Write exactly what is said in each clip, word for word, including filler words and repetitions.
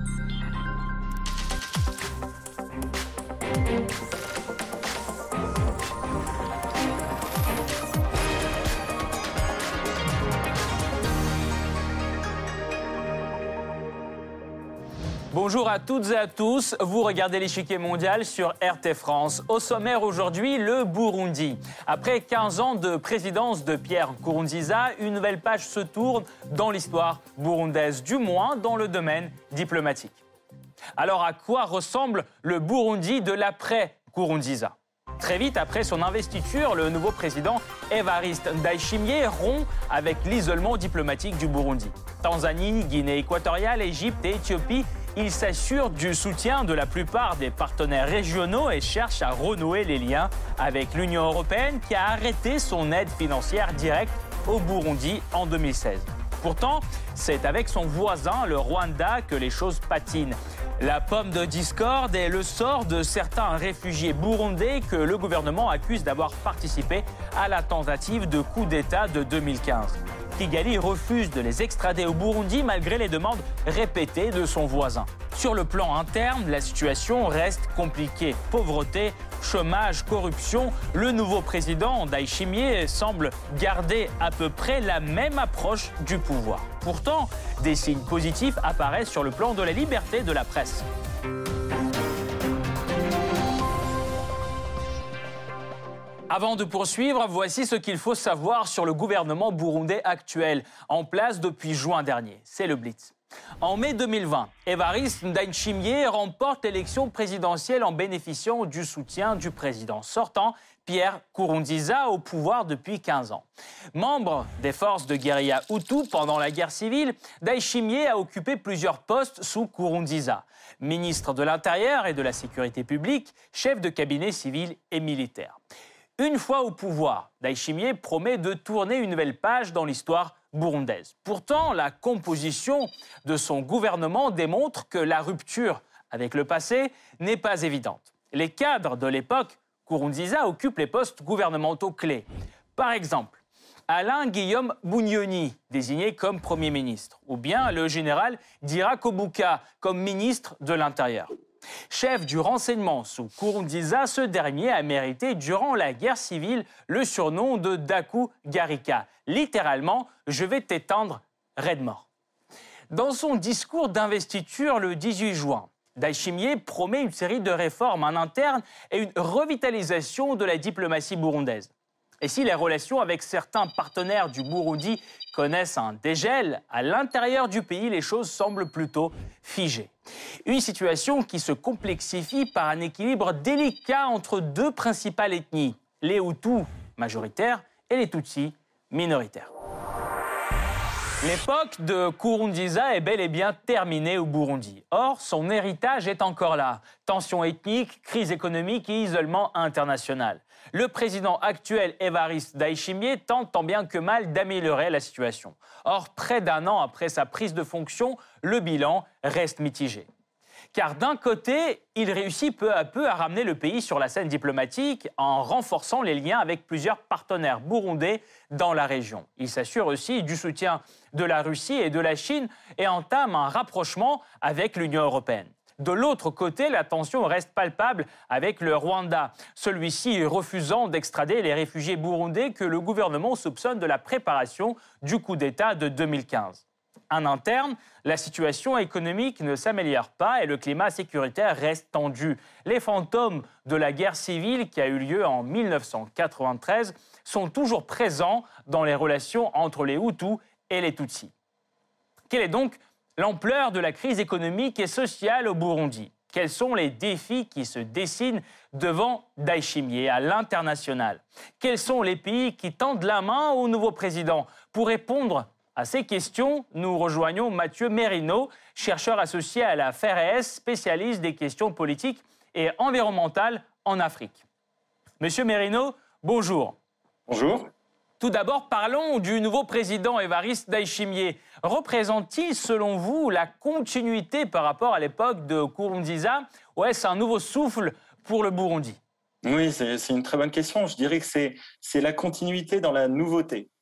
Bonjour à toutes et à tous, vous regardez l'échiquier mondial sur R T France. Au sommaire aujourd'hui, le Burundi. Après quinze ans de présidence de Pierre Nkurunziza, une nouvelle page se tourne dans l'histoire burundaise, du moins dans le domaine diplomatique. Alors à quoi ressemble le Burundi de l'après-Nkurunziza ? Très vite après son investiture, le nouveau président Evariste Ndayishimiye rompt avec l'isolement diplomatique du Burundi. Tanzanie, Guinée équatoriale, Égypte et Éthiopie, il s'assure du soutien de la plupart des partenaires régionaux et cherche à renouer les liens avec l'Union européenne qui a arrêté son aide financière directe au Burundi en deux mille seize. Pourtant, c'est avec son voisin, le Rwanda, que les choses patinent. La pomme de discorde est le sort de certains réfugiés burundais que le gouvernement accuse d'avoir participé à la tentative de coup d'État de deux mille quinze. Kigali refuse de les extrader au Burundi malgré les demandes répétées de son voisin. Sur le plan interne, la situation reste compliquée. Pauvreté, chômage, corruption, le nouveau président Ndayishimiye semble garder à peu près la même approche du pouvoir. Pourtant, des signes positifs apparaissent sur le plan de la liberté de la presse. Avant de poursuivre, voici ce qu'il faut savoir sur le gouvernement burundais actuel, en place depuis juin dernier. C'est le Blitz. En mai deux mille vingt, Evariste Ndayishimiye remporte l'élection présidentielle en bénéficiant du soutien du président sortant, Pierre Nkurunziza, au pouvoir depuis quinze ans. Membre des forces de guérilla Hutu pendant la guerre civile, Ndayishimiye a occupé plusieurs postes sous Nkurunziza. Ministre de l'Intérieur et de la Sécurité publique, chef de cabinet civil et militaire. Une fois au pouvoir, Ndayishimiye promet de tourner une nouvelle page dans l'histoire burundaise. Pourtant, la composition de son gouvernement démontre que la rupture avec le passé n'est pas évidente. Les cadres de l'époque, Nkurunziza occupent les postes gouvernementaux clés. Par exemple, Alain Guillaume Bunyoni, désigné comme Premier ministre, ou bien le général Dira Kobuka comme ministre de l'Intérieur. Chef du renseignement sous Nkurunziza, ce dernier a mérité durant la guerre civile le surnom de Daku Garika, littéralement « je vais t'éteindre, raide mort ». Dans son discours d'investiture le dix-huit juin, Ndayishimiye promet une série de réformes en interne et une revitalisation de la diplomatie burundaise. Et si les relations avec certains partenaires du Burundi connaissent un dégel, à l'intérieur du pays, les choses semblent plutôt figées. Une situation qui se complexifie par un équilibre délicat entre deux principales ethnies, les Hutus majoritaires et les Tutsis minoritaires. L'époque de Nkurunziza est bel et bien terminée au Burundi. Or, son héritage est encore là. Tensions ethniques, crise économique et isolement international. Le président actuel, Evariste Ndayishimiye, tente tant bien que mal d'améliorer la situation. Or, près d'un an après sa prise de fonction, le bilan reste mitigé. Car d'un côté, il réussit peu à peu à ramener le pays sur la scène diplomatique en renforçant les liens avec plusieurs partenaires burundais dans la région. Il s'assure aussi du soutien de la Russie et de la Chine et entame un rapprochement avec l'Union européenne. De l'autre côté, la tension reste palpable avec le Rwanda, celui-ci refusant d'extrader les réfugiés burundais que le gouvernement soupçonne de la préparation du coup d'État de deux mille quinze. En interne, la situation économique ne s'améliore pas et le climat sécuritaire reste tendu. Les fantômes de la guerre civile qui a eu lieu en mille neuf cent quatre-vingt-treize sont toujours présents dans les relations entre les Hutus et les Tutsis. Quelle est donc l'ampleur de la crise économique et sociale au Burundi? Quels sont les défis qui se dessinent devant Ndayishimiye à l'international? Quels sont les pays qui tendent la main au nouveau président? Pour répondre à ces questions, nous rejoignons Mathieu Merino, chercheur associé à la F R E S, spécialiste des questions politiques et environnementales en Afrique. Monsieur Merino, bonjour. Bonjour. Tout d'abord, parlons du nouveau président Evariste Ndayishimiye. Représente-t-il, selon vous, la continuité par rapport à l'époque de Nkurunziza, ou est-ce un nouveau souffle pour le Burundi? Oui, c'est une très bonne question. Je dirais que c'est la continuité dans la nouveauté.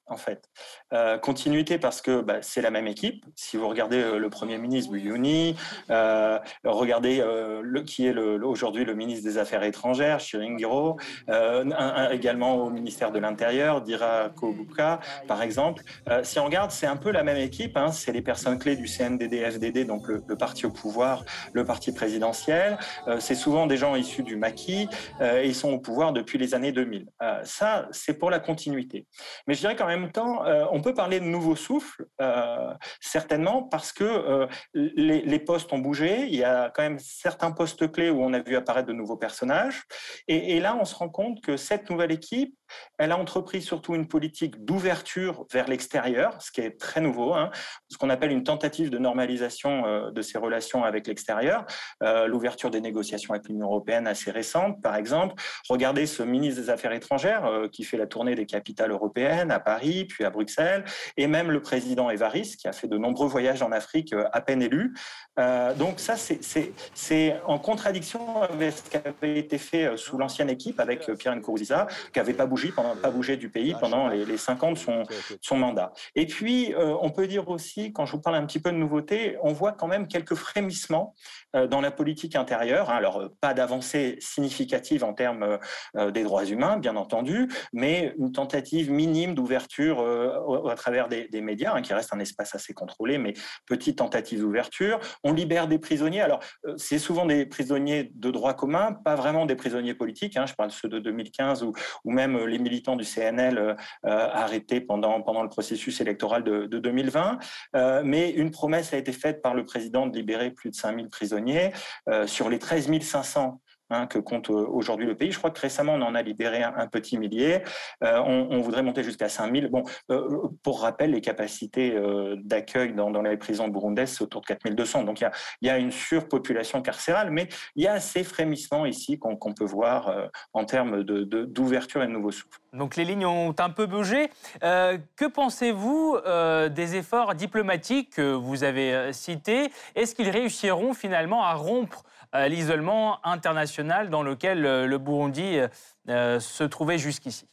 en fait. Euh, continuité parce que bah, c'est la même équipe. Si vous regardez euh, le Premier ministre Bouyouni, euh, regardez euh, le, qui est le, le, aujourd'hui le ministre des Affaires étrangères, Chiringiro, euh, un, un, également au ministère de l'Intérieur, Dira Kobuka, par exemple. Euh, si on regarde, c'est un peu la même équipe. Hein, c'est les personnes clés du C N D D F D D, donc le, le parti au pouvoir, le parti présidentiel. Euh, c'est souvent des gens issus du maquis euh, et ils sont au pouvoir depuis les années deux mille. Euh, ça, c'est pour la continuité. Mais je dirais qu'en même temps, euh, on peut parler de nouveau souffle, euh, certainement, parce que euh, les, les postes ont bougé. Il y a quand même certains postes clés où on a vu apparaître de nouveaux personnages. Et, et là, on se rend compte que cette nouvelle équipe, elle a entrepris surtout une politique d'ouverture vers l'extérieur, ce qui est très nouveau, hein, ce qu'on appelle une tentative de normalisation euh, de ses relations avec l'extérieur, euh, l'ouverture des négociations avec l'Union européenne assez récente, par exemple. Regardez ce ministre des Affaires étrangères euh, qui fait la tournée des capitales européennes, à Paris, puis à Bruxelles, et même le président Évariste, qui a fait de nombreux voyages en Afrique euh, à peine élu. Euh, donc ça, c'est, c'est, c'est en contradiction avec ce qui avait été fait sous l'ancienne équipe, avec Pierre Nkurunziza, qui n'avait pas bougé pendant pas bougé du pays pendant les, les cinq ans de son, son mandat. Et puis, euh, on peut dire aussi, quand je vous parle un petit peu de nouveautés, on voit quand même quelques frémissements euh, dans la politique intérieure. Hein. Alors, pas d'avancée significative en termes euh, des droits humains, bien entendu, mais une tentative minime d'ouverture euh, à travers des, des médias, hein, qui reste un espace assez contrôlé, mais petite tentative d'ouverture. On libère des prisonniers. Alors, euh, c'est souvent des prisonniers de droit commun, pas vraiment des prisonniers politiques. Hein. Je parle de ceux de deux mille quinze ou, ou même les militants du C N L euh, arrêtés pendant, pendant le processus électoral de, de deux mille vingt. Euh, mais une promesse a été faite par le président de libérer plus de cinq mille prisonniers euh, sur les treize mille cinq cents Hein, que compte aujourd'hui le pays. Je crois que récemment, on en a libéré un, un petit millier. Euh, on, on voudrait monter jusqu'à cinq mille. Bon, euh, pour rappel, les capacités euh, d'accueil dans, dans les prisons burundaises, c'est autour de quatre mille deux cents. Donc, il y a, il y a une surpopulation carcérale, mais il y a ces frémissements ici qu'on, qu'on peut voir euh, en termes de, de, d'ouverture et de nouveau souffle. Donc, les lignes ont un peu bougé. Euh, que pensez-vous euh, des efforts diplomatiques que vous avez euh, cités? Est-ce qu'ils réussiront finalement à rompre euh, l'isolement international dans lequel euh, le Burundi euh, se trouvait jusqu'ici?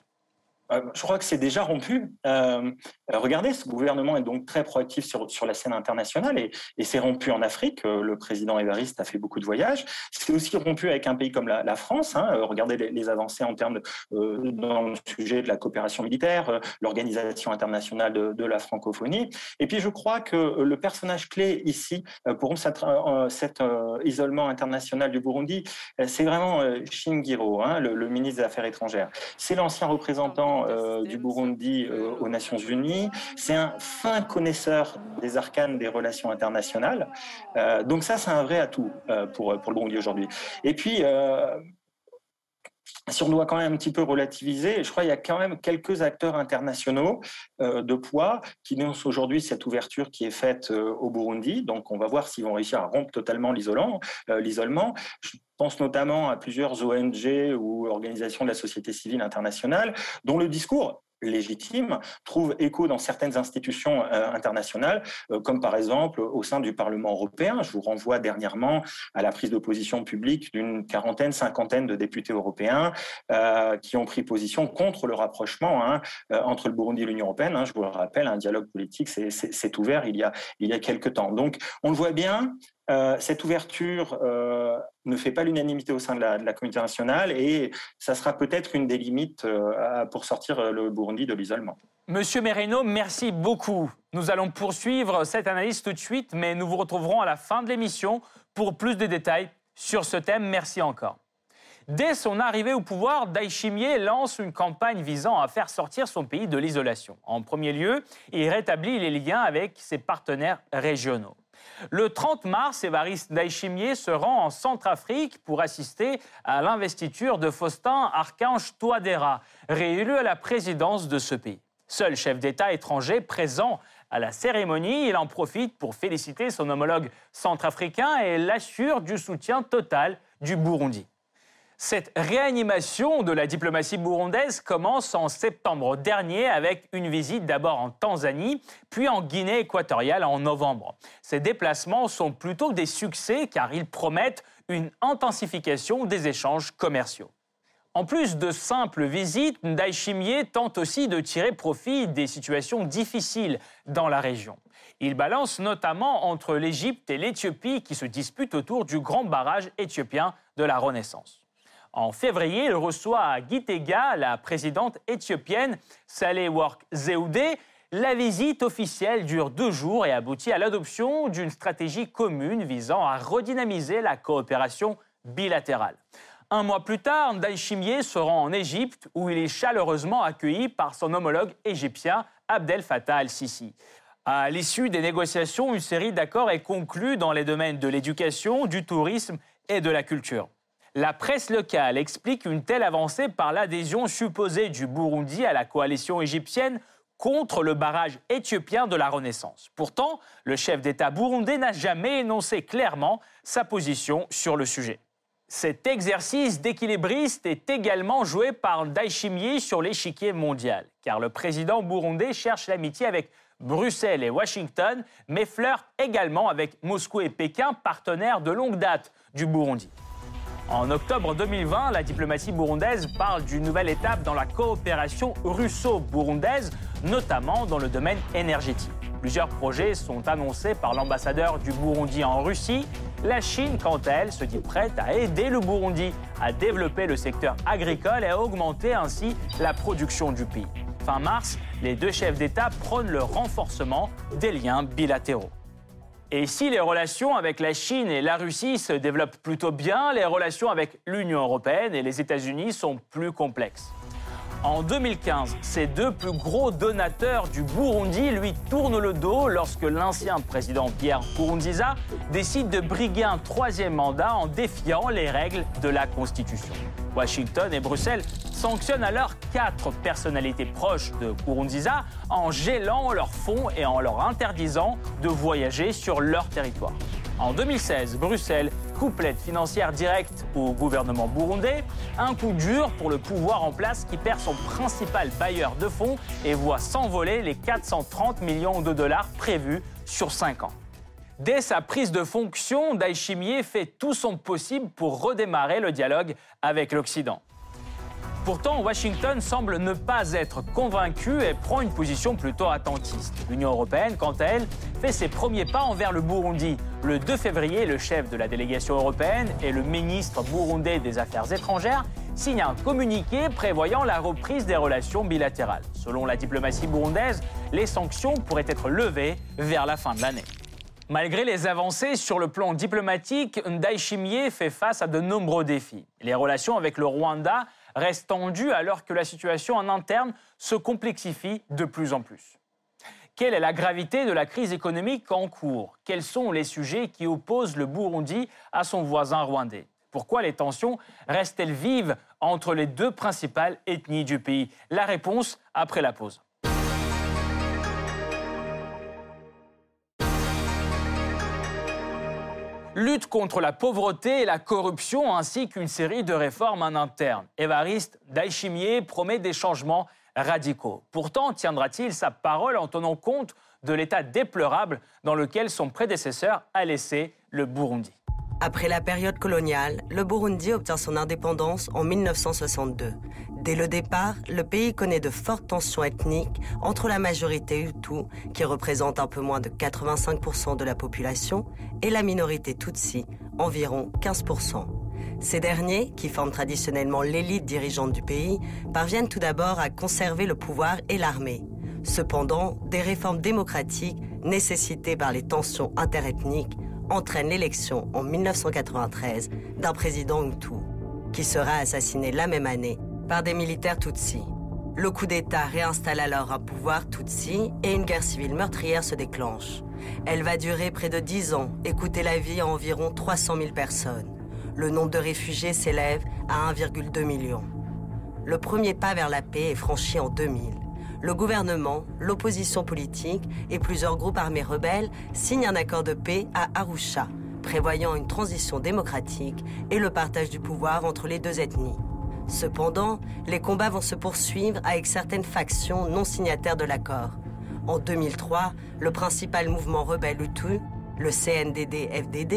Je crois que c'est déjà rompu. Euh, regardez, ce gouvernement est donc très proactif sur, sur la scène internationale et, et c'est rompu en Afrique. Le président Évariste a fait beaucoup de voyages. C'est aussi rompu avec un pays comme la, la France. Hein. Regardez les, les avancées en termes de, euh, dans le sujet de la coopération militaire, euh, l'organisation internationale de, de la francophonie. Et puis, je crois que le personnage clé ici euh, pour cet, euh, cet euh, isolement international du Burundi, euh, c'est vraiment euh, Shingiro, hein, le, le ministre des Affaires étrangères. C'est l'ancien représentant Euh, du Burundi euh, aux Nations Unies. C'est un fin connaisseur des arcanes des relations internationales. Euh, donc ça, c'est un vrai atout euh, pour, pour le Burundi aujourd'hui. Et puis, euh, si on doit quand même un petit peu relativiser, je crois qu'il y a quand même quelques acteurs internationaux euh, de poids qui dénoncent aujourd'hui cette ouverture qui est faite euh, au Burundi. Donc, on va voir s'ils vont réussir à rompre totalement l'isolement. Euh, l'isolement. Je pense notamment à plusieurs O N G ou organisations de la société civile internationale dont le discours légitime trouve écho dans certaines institutions euh, internationales, euh, comme par exemple au sein du Parlement européen. Je vous renvoie dernièrement à la prise de position publique d'une quarantaine, cinquantaine de députés européens euh, qui ont pris position contre le rapprochement hein, euh, entre le Burundi et l'Union européenne. Hein. Je vous le rappelle, un dialogue politique s'est, s'est, s'est ouvert il y a, il y a quelques temps. Donc, on le voit bien, Euh, cette ouverture euh, ne fait pas l'unanimité au sein de la, de la communauté internationale et ça sera peut-être une des limites euh, pour sortir le Burundi de l'isolement. Monsieur Merino, merci beaucoup. Nous allons poursuivre cette analyse tout de suite, mais nous vous retrouverons à la fin de l'émission pour plus de détails sur ce thème. Merci encore. Dès son arrivée au pouvoir, Ndayishimiye lance une campagne visant à faire sortir son pays de l'isolation. En premier lieu, il rétablit les liens avec ses partenaires régionaux. Le trente mars, Évariste Ndayishimiye se rend en Centrafrique pour assister à l'investiture de Faustin Archange Touadéra, réélu à la présidence de ce pays. Seul chef d'État étranger présent à la cérémonie, il en profite pour féliciter son homologue centrafricain et l'assure du soutien total du Burundi. Cette réanimation de la diplomatie burundaise commence en septembre dernier avec une visite d'abord en Tanzanie, puis en Guinée équatoriale en novembre. Ces déplacements sont plutôt des succès car ils promettent une intensification des échanges commerciaux. En plus de simples visites, Ndayishimiye tente aussi de tirer profit des situations difficiles dans la région. Il balance notamment entre l'Égypte et l'Éthiopie qui se disputent autour du grand barrage éthiopien de la Renaissance. En février, il reçoit à Gitega la présidente éthiopienne Sahle-Work Zewde. La visite officielle dure deux jours et aboutit à l'adoption d'une stratégie commune visant à redynamiser la coopération bilatérale. Un mois plus tard, Ndayishimiye se rend en Égypte où il est chaleureusement accueilli par son homologue égyptien Abdel Fattah al-Sisi. À l'issue des négociations, une série d'accords est conclue dans les domaines de l'éducation, du tourisme et de la culture. La presse locale explique une telle avancée par l'adhésion supposée du Burundi à la coalition égyptienne contre le barrage éthiopien de la Renaissance. Pourtant, le chef d'État burundais n'a jamais énoncé clairement sa position sur le sujet. Cet exercice d'équilibriste est également joué par Ndayishimiye sur l'échiquier mondial, car le président burundais cherche l'amitié avec Bruxelles et Washington, mais flirte également avec Moscou et Pékin, partenaires de longue date du Burundi. En octobre deux mille vingt, la diplomatie burundaise parle d'une nouvelle étape dans la coopération russo-burundaise, notamment dans le domaine énergétique. Plusieurs projets sont annoncés par l'ambassadeur du Burundi en Russie. La Chine, quant à elle, se dit prête à aider le Burundi à développer le secteur agricole et à augmenter ainsi la production du pays. Fin mars, les deux chefs d'État prônent le renforcement des liens bilatéraux. Et si les relations avec la Chine et la Russie se développent plutôt bien, les relations avec l'Union européenne et les États-Unis sont plus complexes. En deux mille quinze, ces deux plus gros donateurs du Burundi lui tournent le dos lorsque l'ancien président Pierre Nkurunziza décide de briguer un troisième mandat en défiant les règles de la Constitution. Washington et Bruxelles sanctionnent alors quatre personnalités proches de Nkurunziza en gelant leurs fonds et en leur interdisant de voyager sur leur territoire. En deux mille seize, Bruxelles coupe l'aide financière directe au gouvernement burundais, un coup dur pour le pouvoir en place qui perd son principal bailleur de fonds et voit s'envoler les quatre cent trente millions de dollars prévus sur cinq ans. Dès sa prise de fonction, Ndayishimiye fait tout son possible pour redémarrer le dialogue avec l'Occident. Pourtant, Washington semble ne pas être convaincu et prend une position plutôt attentiste. L'Union européenne, quant à elle, fait ses premiers pas envers le Burundi. Le deux février, le chef de la délégation européenne et le ministre burundais des Affaires étrangères signent un communiqué prévoyant la reprise des relations bilatérales. Selon la diplomatie burundaise, les sanctions pourraient être levées vers la fin de l'année. Malgré les avancées sur le plan diplomatique, Ndayishimiye fait face à de nombreux défis. Les relations avec le Rwanda restent tendues alors que la situation en interne se complexifie de plus en plus. Quelle est la gravité de la crise économique en cours? Quels sont les sujets qui opposent le Burundi à son voisin rwandais? Pourquoi les tensions restent-elles vives entre les deux principales ethnies du pays? La réponse après la pause. Lutte contre la pauvreté et la corruption ainsi qu'une série de réformes en interne. Évariste Ndayishimiye promet des changements radicaux. Pourtant, tiendra-t-il sa parole en tenant compte de l'état déplorable dans lequel son prédécesseur a laissé le Burundi? Après la période coloniale, le Burundi obtient son indépendance en mille neuf cent soixante-deux. Dès le départ, le pays connaît de fortes tensions ethniques entre la majorité Hutu, qui représente un peu moins de quatre-vingt-cinq pour cent de la population, et la minorité Tutsi, environ quinze pour cent. Ces derniers, qui forment traditionnellement l'élite dirigeante du pays, parviennent tout d'abord à conserver le pouvoir et l'armée. Cependant, des réformes démocratiques, nécessitées par les tensions interethniques, entraînent l'élection en mille neuf cent quatre-vingt-treize d'un président Hutu, qui sera assassiné la même année par des militaires Tutsis. Le coup d'État réinstalle alors un pouvoir Tutsi et une guerre civile meurtrière se déclenche. Elle va durer près de dix ans et coûter la vie à environ trois cent mille personnes. Le nombre de réfugiés s'élève à un virgule deux million. Le premier pas vers la paix est franchi en deux mille. Le gouvernement, l'opposition politique et plusieurs groupes armés rebelles signent un accord de paix à Arusha, prévoyant une transition démocratique et le partage du pouvoir entre les deux ethnies. Cependant, les combats vont se poursuivre avec certaines factions non signataires de l'accord. En deux mille trois, le principal mouvement rebelle Hutu, le C N D D F D D,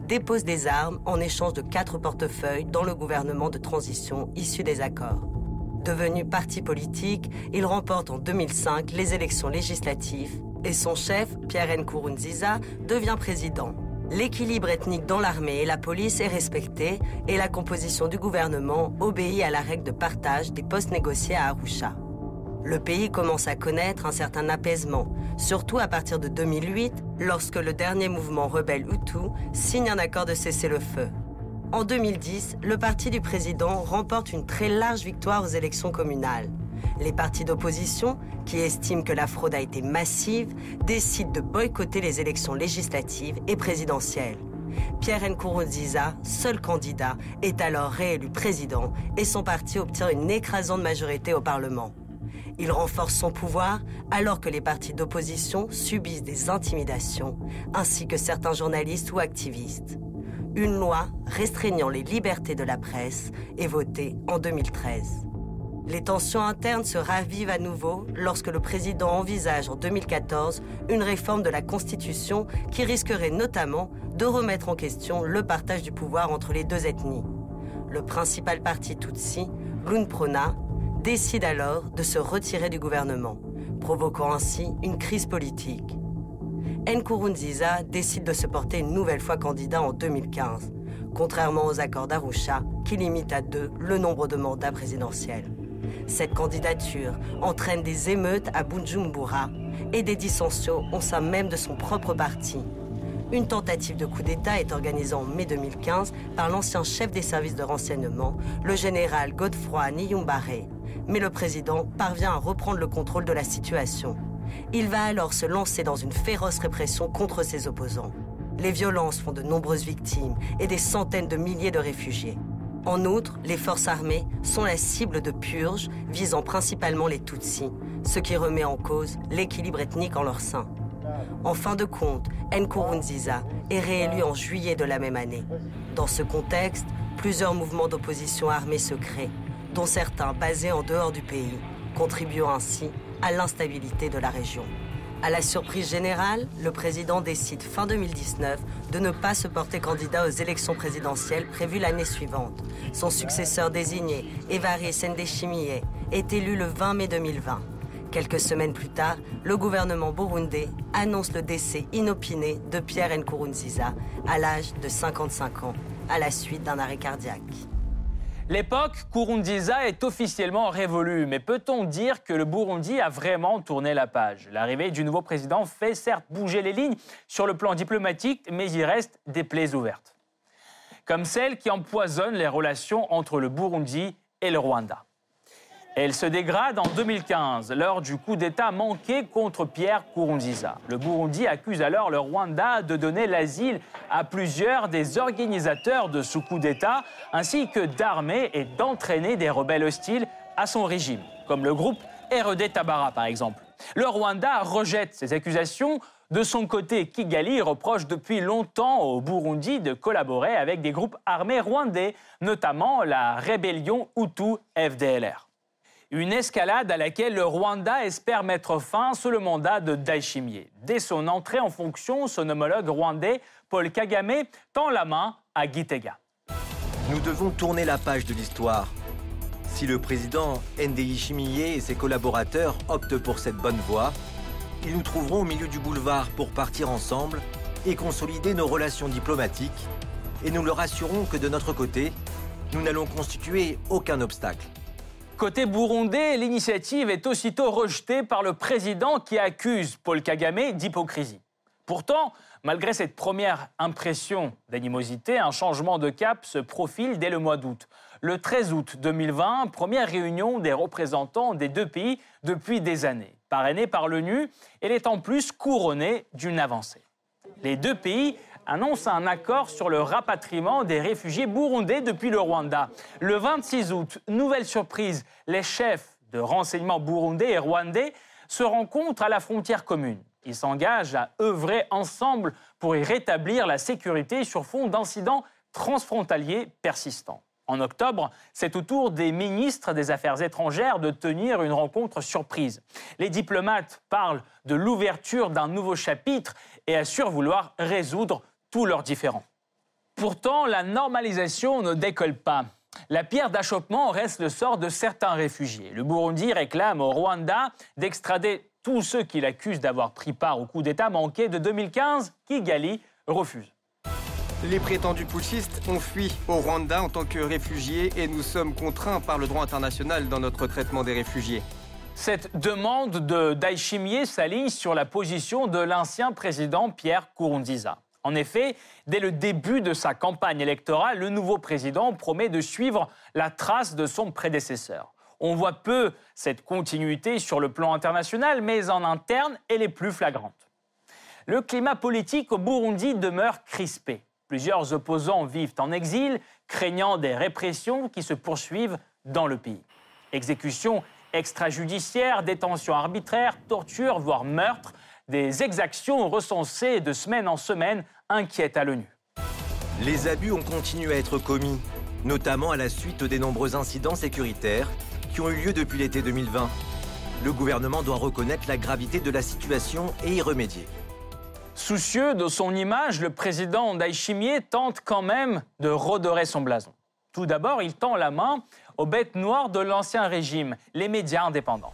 dépose des armes en échange de quatre portefeuilles dans le gouvernement de transition issu des accords. Devenu parti politique, il remporte en deux mille cinq les élections législatives et son chef, Pierre Nkurunziza, devient président. L'équilibre ethnique dans l'armée et la police est respecté et la composition du gouvernement obéit à la règle de partage des postes négociés à Arusha. Le pays commence à connaître un certain apaisement, surtout à partir de deux mille huit, lorsque le dernier mouvement rebelle Hutu signe un accord de cessez-le-feu. En deux mille dix, le parti du président remporte une très large victoire aux élections communales. Les partis d'opposition, qui estiment que la fraude a été massive, décident de boycotter les élections législatives et présidentielles. Pierre Nkurunziza, seul candidat, est alors réélu président et son parti obtient une écrasante majorité au Parlement. Il renforce son pouvoir alors que les partis d'opposition subissent des intimidations, ainsi que certains journalistes ou activistes. Une loi restreignant les libertés de la presse est votée en deux mille treize. Les tensions internes se ravivent à nouveau lorsque le président envisage en deux mille quatorze une réforme de la Constitution qui risquerait notamment de remettre en question le partage du pouvoir entre les deux ethnies. Le principal parti Tutsi, l'Unprona, décide alors de se retirer du gouvernement, provoquant ainsi une crise politique. Nkurunziza décide de se porter une nouvelle fois candidat en deux mille quinze, contrairement aux accords d'Arusha qui limitent à deux le nombre de mandats présidentiels. Cette candidature entraîne des émeutes à Bujumbura et des dissensions au sein même de son propre parti. Une tentative de coup d'État est organisée en mai deux mille quinze par l'ancien chef des services de renseignement, le général Godefroy Niyombare. Mais le président parvient à reprendre le contrôle de la situation. Il va alors se lancer dans une féroce répression contre ses opposants. Les violences font de nombreuses victimes et des centaines de milliers de réfugiés. En outre, les forces armées sont la cible de purges visant principalement les Tutsis, ce qui remet en cause l'équilibre ethnique en leur sein. En fin de compte, Nkurunziza est réélu en juillet de la même année. Dans ce contexte, plusieurs mouvements d'opposition armée se créent, dont certains basés en dehors du pays, contribuant ainsi à l'instabilité de la région. À la surprise générale, le président décide fin deux mille dix-neuf de ne pas se porter candidat aux élections présidentielles prévues l'année suivante. Son successeur désigné, Evariste Ndayishimiye, est élu le vingt mai deux mille vingt. Quelques semaines plus tard, le gouvernement burundais annonce le décès inopiné de Pierre Nkurunziza à l'âge de cinquante-cinq ans, à la suite d'un arrêt cardiaque. L'époque Nkurunziza est officiellement révolue, mais peut-on dire que le Burundi a vraiment tourné la page? L'arrivée du nouveau président fait certes bouger les lignes sur le plan diplomatique, mais il reste des plaies ouvertes. Comme celle qui empoisonne les relations entre le Burundi et le Rwanda. Elle se dégrade en deux mille quinze, lors du coup d'État manqué contre Pierre Nkurunziza. Le Burundi accuse alors le Rwanda de donner l'asile à plusieurs des organisateurs de ce coup d'État, ainsi que d'armer et d'entraîner des rebelles hostiles à son régime, comme le groupe R E D Tabara par exemple. Le Rwanda rejette ces accusations. De son côté, Kigali reproche depuis longtemps au Burundi de collaborer avec des groupes armés rwandais, notamment la rébellion Hutu F D L R. Une escalade à laquelle le Rwanda espère mettre fin sous le mandat de Ndayishimiye. Dès son entrée en fonction, son homologue rwandais, Paul Kagame, tend la main à Gitega. Nous devons tourner la page de l'histoire. Si le président Ndayishimiye et ses collaborateurs optent pour cette bonne voie, ils nous trouveront au milieu du boulevard pour partir ensemble et consolider nos relations diplomatiques. Et nous leur assurons que de notre côté, nous n'allons constituer aucun obstacle. Côté burundais, l'initiative est aussitôt rejetée par le président qui accuse Paul Kagame d'hypocrisie. Pourtant, malgré cette première impression d'animosité, un changement de cap se profile dès le mois d'août. Le treize août deux mille vingt, première réunion des représentants des deux pays depuis des années. Parrainée par l'ONU, elle est en plus couronnée d'une avancée. Les deux pays annonce un accord sur le rapatriement des réfugiés burundais depuis le Rwanda. Le vingt-six août, nouvelle surprise, les chefs de renseignement burundais et rwandais se rencontrent à la frontière commune. Ils s'engagent à œuvrer ensemble pour y rétablir la sécurité sur fond d'incidents transfrontaliers persistants. En octobre, c'est au tour des ministres des Affaires étrangères de tenir une rencontre surprise. Les diplomates parlent de l'ouverture d'un nouveau chapitre et assurent vouloir résoudre tous leurs différends. Pourtant, la normalisation ne décolle pas. La pierre d'achoppement reste le sort de certains réfugiés. Le Burundi réclame au Rwanda d'extrader tous ceux qu'il accuse d'avoir pris part au coup d'État manqué de deux mille quinze. Kigali refuse. Les prétendus putschistes ont fui au Rwanda en tant que réfugiés et nous sommes contraints par le droit international dans notre traitement des réfugiés. Cette demande de Ndayishimiye s'aligne sur la position de l'ancien président Pierre Nkurunziza. En effet, dès le début de sa campagne électorale, le nouveau président promet de suivre la trace de son prédécesseur. On voit peu cette continuité sur le plan international, mais en interne, elle est plus flagrante. Le climat politique au Burundi demeure crispé. Plusieurs opposants vivent en exil, craignant des répressions qui se poursuivent dans le pays. Exécutions extrajudiciaires, détentions arbitraires, tortures, voire meurtres, des exactions recensées de semaine en semaine inquiètent à l'ONU. Les abus ont continué à être commis, notamment à la suite des nombreux incidents sécuritaires qui ont eu lieu depuis l'été deux mille vingt. Le gouvernement doit reconnaître la gravité de la situation et y remédier. Soucieux de son image, le président Ndayishimiye tente quand même de redorer son blason. Tout d'abord, il tend la main aux bêtes noires de l'ancien régime, les médias indépendants.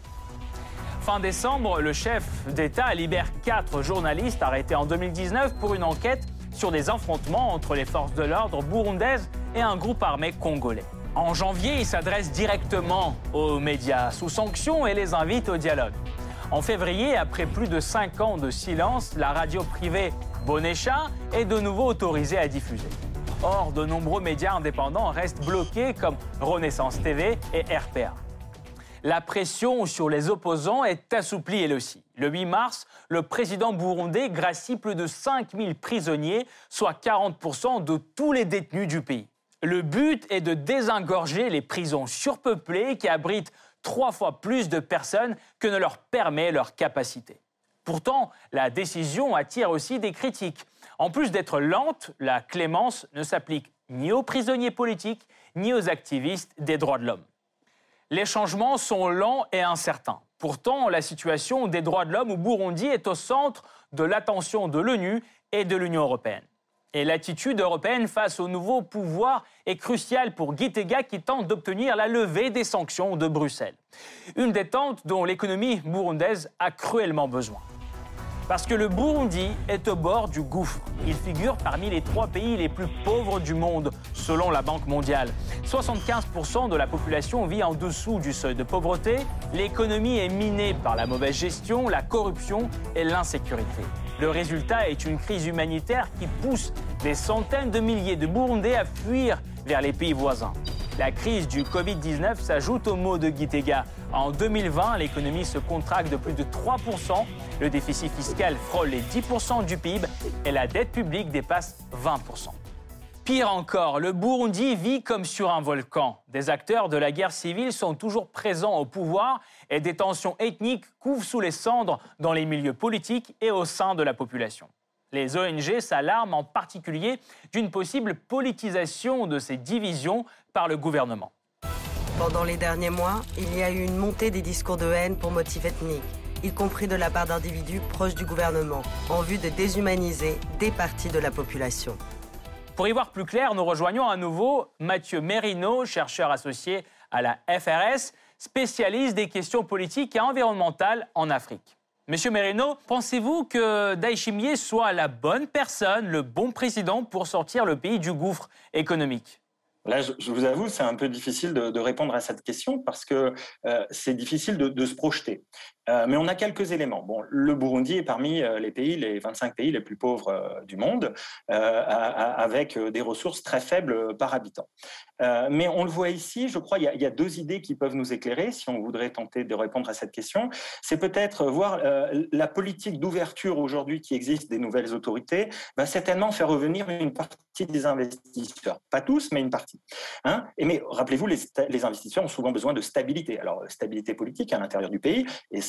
Fin décembre, le chef d'État libère quatre journalistes arrêtés en deux mille dix-neuf pour une enquête sur des affrontements entre les forces de l'ordre burundaises et un groupe armé congolais. En janvier, il s'adresse directement aux médias sous sanction et les invite au dialogue. En février, après plus de cinq ans de silence, la radio privée Bonesha est de nouveau autorisée à diffuser. Or, de nombreux médias indépendants restent bloqués comme Renaissance T V et R P A. La pression sur les opposants est assouplie elle aussi. Le huit mars, le président burundais gracie plus de cinq mille prisonniers, soit quarante pour cent de tous les détenus du pays. Le but est de désengorger les prisons surpeuplées qui abritent trois fois plus de personnes que ne leur permet leur capacité. Pourtant, la décision attire aussi des critiques. En plus d'être lente, la clémence ne s'applique ni aux prisonniers politiques, ni aux activistes des droits de l'homme. Les changements sont lents et incertains. Pourtant, la situation des droits de l'homme au Burundi est au centre de l'attention de l'ONU et de l'Union européenne. Et l'attitude européenne face au nouveau pouvoir est cruciale pour Gitega qui tente d'obtenir la levée des sanctions de Bruxelles. Une détente dont l'économie burundaise a cruellement besoin. Parce que le Burundi est au bord du gouffre. Il figure parmi les trois pays les plus pauvres du monde, selon la Banque mondiale. soixante-quinze pour cent de la population vit en dessous du seuil de pauvreté. L'économie est minée par la mauvaise gestion, la corruption et l'insécurité. Le résultat est une crise humanitaire qui pousse des centaines de milliers de Burundais à fuir vers les pays voisins. La crise du covid dix-neuf s'ajoute aux maux de Gitega. En deux mille vingt, l'économie se contracte de plus de trois pour cent, le déficit fiscal frôle les dix pour cent du P I B et la dette publique dépasse vingt pour cent. Pire encore, le Burundi vit comme sur un volcan. Des acteurs de la guerre civile sont toujours présents au pouvoir et des tensions ethniques couvent sous les cendres dans les milieux politiques et au sein de la population. Les O N G s'alarment en particulier d'une possible politisation de ces divisions par le gouvernement. Pendant les derniers mois, il y a eu une montée des discours de haine pour motifs ethniques, y compris de la part d'individus proches du gouvernement, en vue de déshumaniser des parties de la population. Pour y voir plus clair, nous rejoignons à nouveau Mathieu Merino, chercheur associé à la F R S, spécialiste des questions politiques et environnementales en Afrique. Monsieur Merino, pensez-vous que Ndayishimiye soit la bonne personne, le bon président pour sortir le pays du gouffre économique ? Là, je, je vous avoue, c'est un peu difficile de, de répondre à cette question parce que euh, c'est difficile de, de se projeter. Euh, mais on a quelques éléments. Bon, le Burundi est parmi euh, les pays, les vingt-cinq pays les plus pauvres euh, du monde, euh, à, à, avec des ressources très faibles par habitant. Euh, mais on le voit ici, je crois, il y, a, il y a deux idées qui peuvent nous éclairer si on voudrait tenter de répondre à cette question. C'est peut-être voir euh, la politique d'ouverture aujourd'hui qui existe des nouvelles autorités va certainement faire revenir une partie des investisseurs. Pas tous, mais une partie. Hein? Et mais rappelez-vous, les, les investisseurs ont souvent besoin de stabilité. Alors, stabilité politique à l'intérieur du pays, et ça,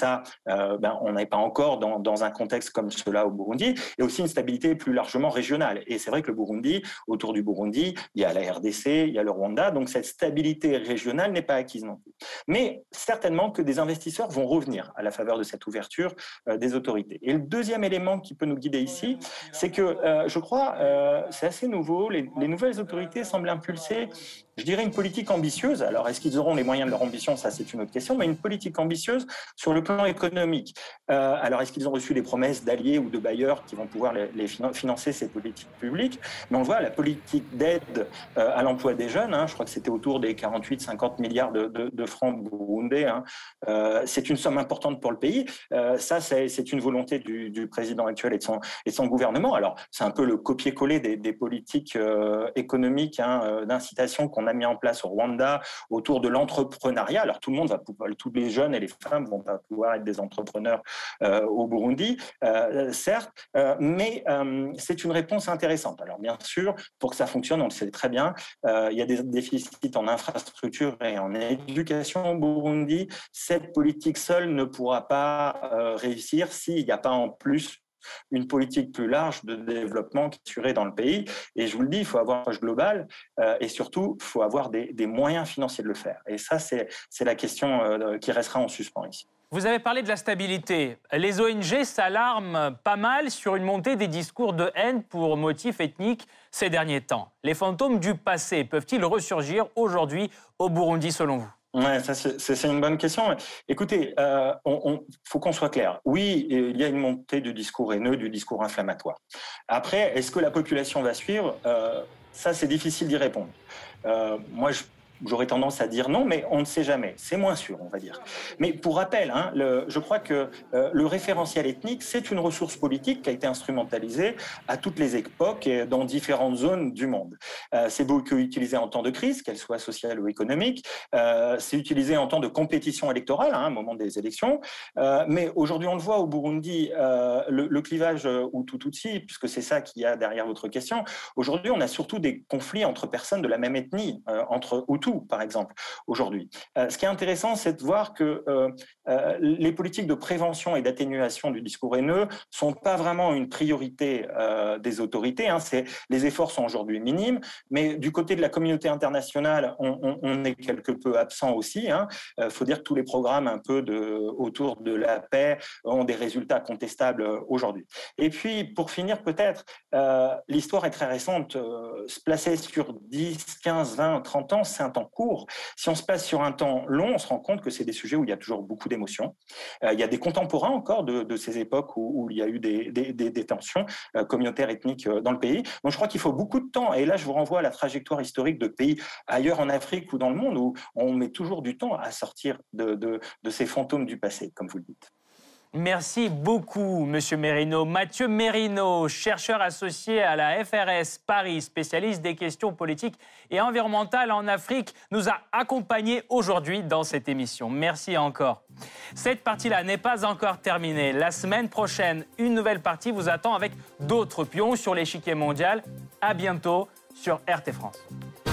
ça, euh, ben, on n'est pas encore dans, dans un contexte comme cela au Burundi, et aussi une stabilité plus largement régionale. Et c'est vrai que le Burundi, autour du Burundi, il y a la R D C, il y a le Rwanda, donc cette stabilité régionale n'est pas acquise non plus. Mais certainement que des investisseurs vont revenir à la faveur de cette ouverture euh, des autorités. Et le deuxième élément qui peut nous guider ici, c'est que euh, je crois, euh, c'est assez nouveau, les, les nouvelles autorités semblent impulser, je dirais, une politique ambitieuse. Alors, est-ce qu'ils auront les moyens de leur ambition? Ça, c'est une autre question, mais une politique ambitieuse sur le plan économique. Euh, alors, est-ce qu'ils ont reçu des promesses d'alliés ou de bailleurs qui vont pouvoir les, les financer ces politiques publiques? Mais on voit la politique d'aide euh, à l'emploi des jeunes, hein, je crois que c'était autour des quarante-huit à cinquante milliards de, de, de francs burundais. Hein. Euh, c'est une somme importante pour le pays. Euh, ça, c'est, c'est une volonté du, du président actuel et de son, et de son gouvernement. Alors, c'est un peu le copier-coller des, des politiques euh, économiques hein, euh, d'incitation qu'on a mis en place au Rwanda autour de l'entrepreneuriat. Alors, tout le monde va pouvoir, tous les jeunes et les femmes vont pas pouvoir être des entrepreneurs euh, au Burundi, euh, certes, euh, mais euh, c'est une réponse intéressante. Alors, bien sûr, pour que ça fonctionne, on le sait très bien, euh, il y a des déficits en infrastructure et en éducation au Burundi. Cette politique seule ne pourra pas euh, réussir s'il n'y a pas en plus une politique plus large de développement qui est assurée dans le pays. Et je vous le dis, il faut avoir une approche globale euh, et surtout, il faut avoir des, des moyens financiers de le faire. Et ça, c'est, c'est la question euh, qui restera en suspens ici. Vous avez parlé de la stabilité. Les O N G s'alarment pas mal sur une montée des discours de haine pour motifs ethniques ces derniers temps. Les fantômes du passé peuvent-ils ressurgir aujourd'hui au Burundi, selon vous ? Ouais, ça c'est, c'est une bonne question. Écoutez, euh, on, on, faut qu'on soit clair. Oui, il y a une montée du discours haineux, du discours inflammatoire. Après, est-ce que la population va suivre ? euh, Ça, c'est difficile d'y répondre. Euh, moi, je J'aurais tendance à dire non, mais on ne sait jamais. C'est moins sûr, on va dire. Mais pour rappel, hein, le, je crois que euh, le référentiel ethnique, c'est une ressource politique qui a été instrumentalisée à toutes les époques et dans différentes zones du monde. Euh, c'est beaucoup utilisé en temps de crise, qu'elle soit sociale ou économique. Euh, c'est utilisé en temps de compétition électorale, hein, au moment des élections. Euh, mais aujourd'hui, on le voit au Burundi, euh, le, le clivage Hutu-Tutsi, puisque c'est ça qu'il y a derrière votre question. Aujourd'hui, on a surtout des conflits entre personnes de la même ethnie, euh, entre Hutus, par exemple, aujourd'hui. Euh, ce qui est intéressant, c'est de voir que euh, euh, les politiques de prévention et d'atténuation du discours haineux sont pas vraiment une priorité euh, des autorités. Hein. C'est, les efforts sont aujourd'hui minimes, mais du côté de la communauté internationale, on, on, on est quelque peu absent aussi. Il hein. euh, faut dire que tous les programmes un peu de, autour de la paix ont des résultats contestables aujourd'hui. Et puis, pour finir, peut-être, euh, l'histoire est très récente. Euh, se placer sur dix, quinze, vingt, trente ans, c'est un temps court. Si on se place sur un temps long, on se rend compte que c'est des sujets où il y a toujours beaucoup d'émotions. Euh, il y a des contemporains encore de, de ces époques où, où il y a eu des, des, des, des tensions euh, communautaires, ethniques euh, dans le pays. Donc je crois qu'il faut beaucoup de temps. Et là, je vous renvoie à la trajectoire historique de pays ailleurs en Afrique ou dans le monde où on met toujours du temps à sortir de, de, de ces fantômes du passé, comme vous le dites. Merci beaucoup, Monsieur Merino. Mathieu Merino, chercheur associé à la F R S Paris, spécialiste des questions politiques et environnementales en Afrique, nous a accompagnés aujourd'hui dans cette émission. Merci encore. Cette partie-là n'est pas encore terminée. La semaine prochaine, une nouvelle partie vous attend avec d'autres pions sur l'échiquier mondial. À bientôt sur R T France.